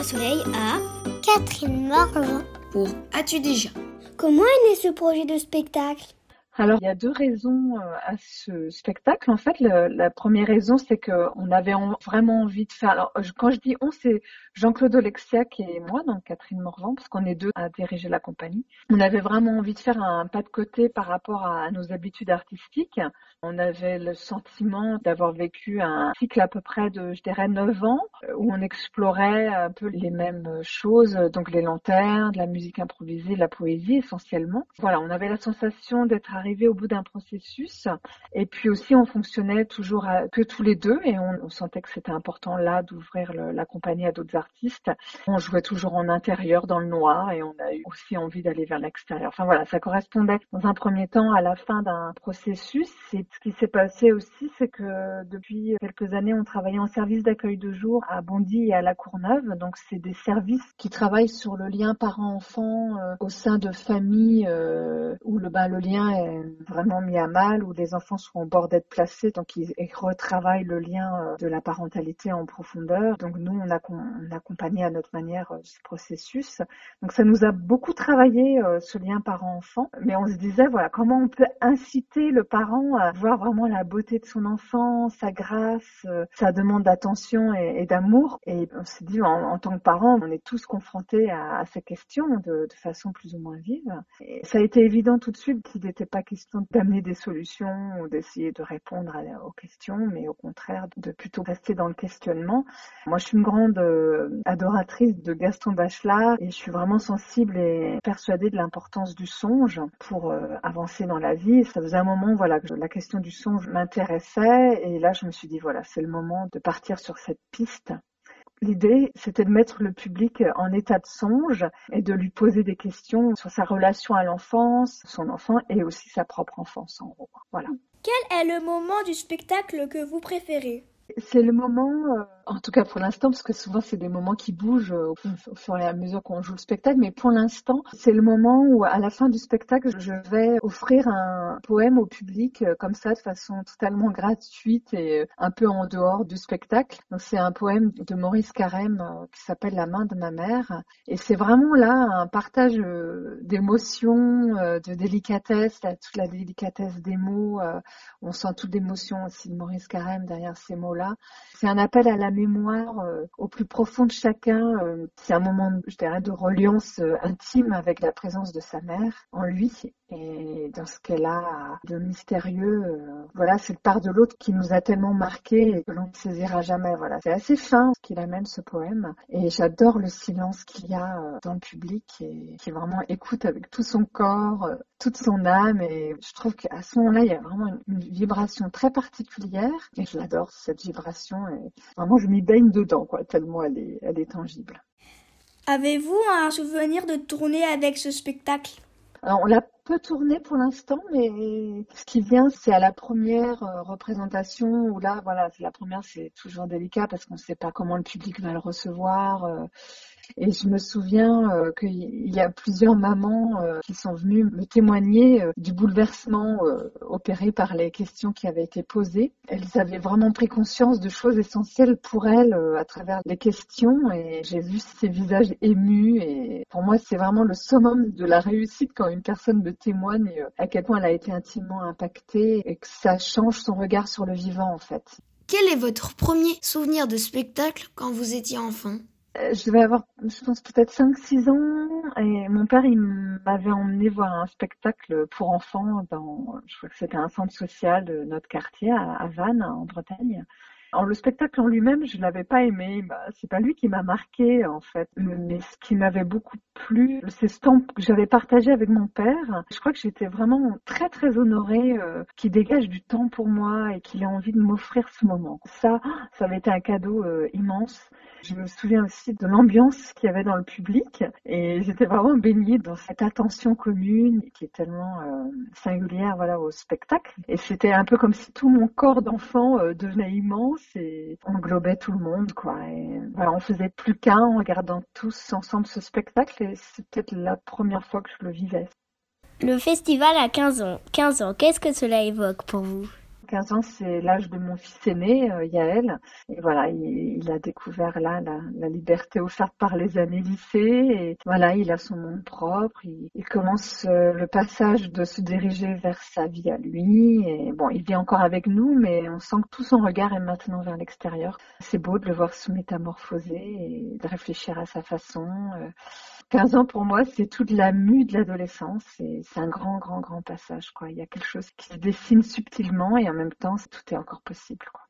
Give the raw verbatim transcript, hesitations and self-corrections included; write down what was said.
Soleil à Catherine Morvan. pour As-tu déjà? Comment est né ce projet de spectacle? Alors, il y a deux raisons euh, à ce spectacle. En fait, le- la première raison, c'est qu'on avait en- vraiment envie de faire... Alors, je- quand je dis on, c'est Jean-Claude Oleksiak et moi, donc Catherine Morvan, parce qu'on est deux à diriger la compagnie. On avait vraiment envie de faire un pas de côté par rapport à, à nos habitudes artistiques. On avait le sentiment d'avoir vécu un cycle à peu près de, je dirais, neuf ans, euh, où on explorait un peu les mêmes choses, donc les lanternes, de la musique improvisée, de la poésie essentiellement. Voilà, on avait la sensation d'être arrivé au bout d'un processus, et puis aussi on fonctionnait toujours à- que tous les deux, et on, on sentait que c'était important là d'ouvrir le- la compagnie à d'autres artistes. On jouait toujours en intérieur dans le noir, et on a eu aussi envie d'aller vers l'extérieur. Enfin voilà, ça correspondait dans un premier temps à la fin d'un processus. Et ce qui s'est passé aussi, c'est que depuis quelques années, on travaillait en service d'accueil de jour à Bondy et à La Courneuve. Donc c'est des services qui travaillent sur le lien parent-enfant euh, au sein de familles euh, où le, ben, le lien est vraiment mis à mal, où les enfants sont au bord d'être placés, donc ils, ils retravaillent le lien euh, de la parentalité en profondeur. Donc nous, on a, on a accompagné à notre manière euh, ce processus. Donc ça nous a beaucoup travaillé, euh, ce lien parent-enfant, mais on se disait, voilà, comment on peut inciter le parent à voir vraiment la beauté de son enfant, sa grâce, euh, sa demande d'attention et, et d'amour. Et on s'est dit, en, en tant que parents, on est tous confrontés à, à ces questions de, de façon plus ou moins vive. Et ça a été évident tout de suite qu'il n'était pas question d'amener des solutions ou d'essayer de répondre à, aux questions, mais au contraire de plutôt rester dans le questionnement. Moi, je suis une grande euh, adoratrice de Gaston Bachelard et je suis vraiment sensible et persuadée de l'importance du songe pour euh, avancer dans la vie. Et ça faisait un moment, voilà, que la question du songe m'intéressait, et là, je me suis dit, voilà, c'est le moment de partir sur cette piste. L'idée, c'était de mettre le public en état de songe et de lui poser des questions sur sa relation à l'enfance, son enfant et aussi sa propre enfance, en gros. Voilà. Quel est le moment du spectacle que vous préférez? C'est le moment, euh, en tout cas pour l'instant, parce que souvent c'est des moments qui bougent euh, au, au fur et à mesure qu'on joue le spectacle, mais pour l'instant, c'est le moment où à la fin du spectacle, je vais offrir un poème au public euh, comme ça, de façon totalement gratuite et euh, un peu en dehors du spectacle. Donc c'est un poème de Maurice Carême euh, qui s'appelle La main de ma mère, et c'est vraiment là un partage euh, d'émotions, euh, de délicatesse, là, toute la délicatesse des mots. Euh, on sent toute l'émotion aussi de Maurice Carême derrière ces mots. Là. C'est un appel à la mémoire euh, au plus profond de chacun. Euh, c'est un moment, je dirais, de reliance euh, intime avec la présence de sa mère en lui et dans ce qu'elle a de mystérieux. Euh, voilà, cette part de l'autre qui nous a tellement marqué et que l'on ne saisira jamais. Voilà, c'est assez fin ce qu'il amène ce poème, et j'adore le silence qu'il y a euh, dans le public et qui vraiment écoute avec tout son corps, euh, toute son âme, et je trouve qu'à ce moment-là, il y a vraiment une, une vibration très particulière et je l'adore, cette vibration, et vraiment je m'y baigne dedans, quoi, tellement elle est, elle est tangible. Avez-vous un souvenir de tourner avec ce spectacle? Alors, on l'a peu tourné pour l'instant, mais ce qui vient, c'est à la première euh, représentation où là, voilà, c'est la première, c'est toujours délicat parce qu'on ne sait pas comment le public va le recevoir. Euh, et je me souviens euh, qu'il y a plusieurs mamans euh, qui sont venues me témoigner euh, du bouleversement euh, opéré par les questions qui avaient été posées. Elles avaient vraiment pris conscience de choses essentielles pour elles euh, à travers les questions, et j'ai vu ces visages émus, et pour moi, c'est vraiment le summum de la réussite quand une personne me témoigne euh, à quel point elle a été intimement impactée et que ça change son regard sur le vivant, en fait. Quel est votre premier souvenir de spectacle quand vous étiez enfant? Je devais avoir, je pense, peut-être cinq six ans, et mon père, il m'avait emmené voir un spectacle pour enfants dans, je crois que c'était un centre social de notre quartier à, à Vannes, en Bretagne. Alors, le spectacle en lui-même, je l'avais pas aimé. Bah, c'est pas lui qui m'a marqué, en fait. Mais ce qui m'avait beaucoup plu, c'est ce temps que j'avais partagé avec mon père. Je crois que j'étais vraiment très, très honorée euh, qu'il dégage du temps pour moi et qu'il ait envie de m'offrir ce moment. Ça, ça avait été un cadeau euh, immense. Je me souviens aussi de l'ambiance qu'il y avait dans le public, et j'étais vraiment baignée dans cette attention commune qui est tellement euh, singulière, voilà, au spectacle. Et c'était un peu comme si tout mon corps d'enfant euh, devenait immense et englobait tout le monde, quoi. Et voilà, on faisait plus qu'un en regardant tous ensemble ce spectacle, et c'est peut-être la première fois que je le vivais. Le festival a quinze ans. quinze ans, qu'est-ce que cela évoque pour vous? quinze ans, c'est l'âge de mon fils aîné, euh, Yaël. Et voilà, il, il a découvert là la, la liberté offerte par les années lycée. Et voilà, il a son monde propre. Il, il commence euh, le passage de se diriger vers sa vie à lui. Et bon, il vit encore avec nous, mais on sent que tout son regard est maintenant vers l'extérieur. C'est beau de le voir se métamorphoser et de réfléchir à sa façon. Euh, quinze ans pour moi, c'est toute la mue de l'adolescence et c'est un grand, grand, grand passage, quoi. Il y a quelque chose qui se dessine subtilement et en même temps, tout est encore possible, quoi.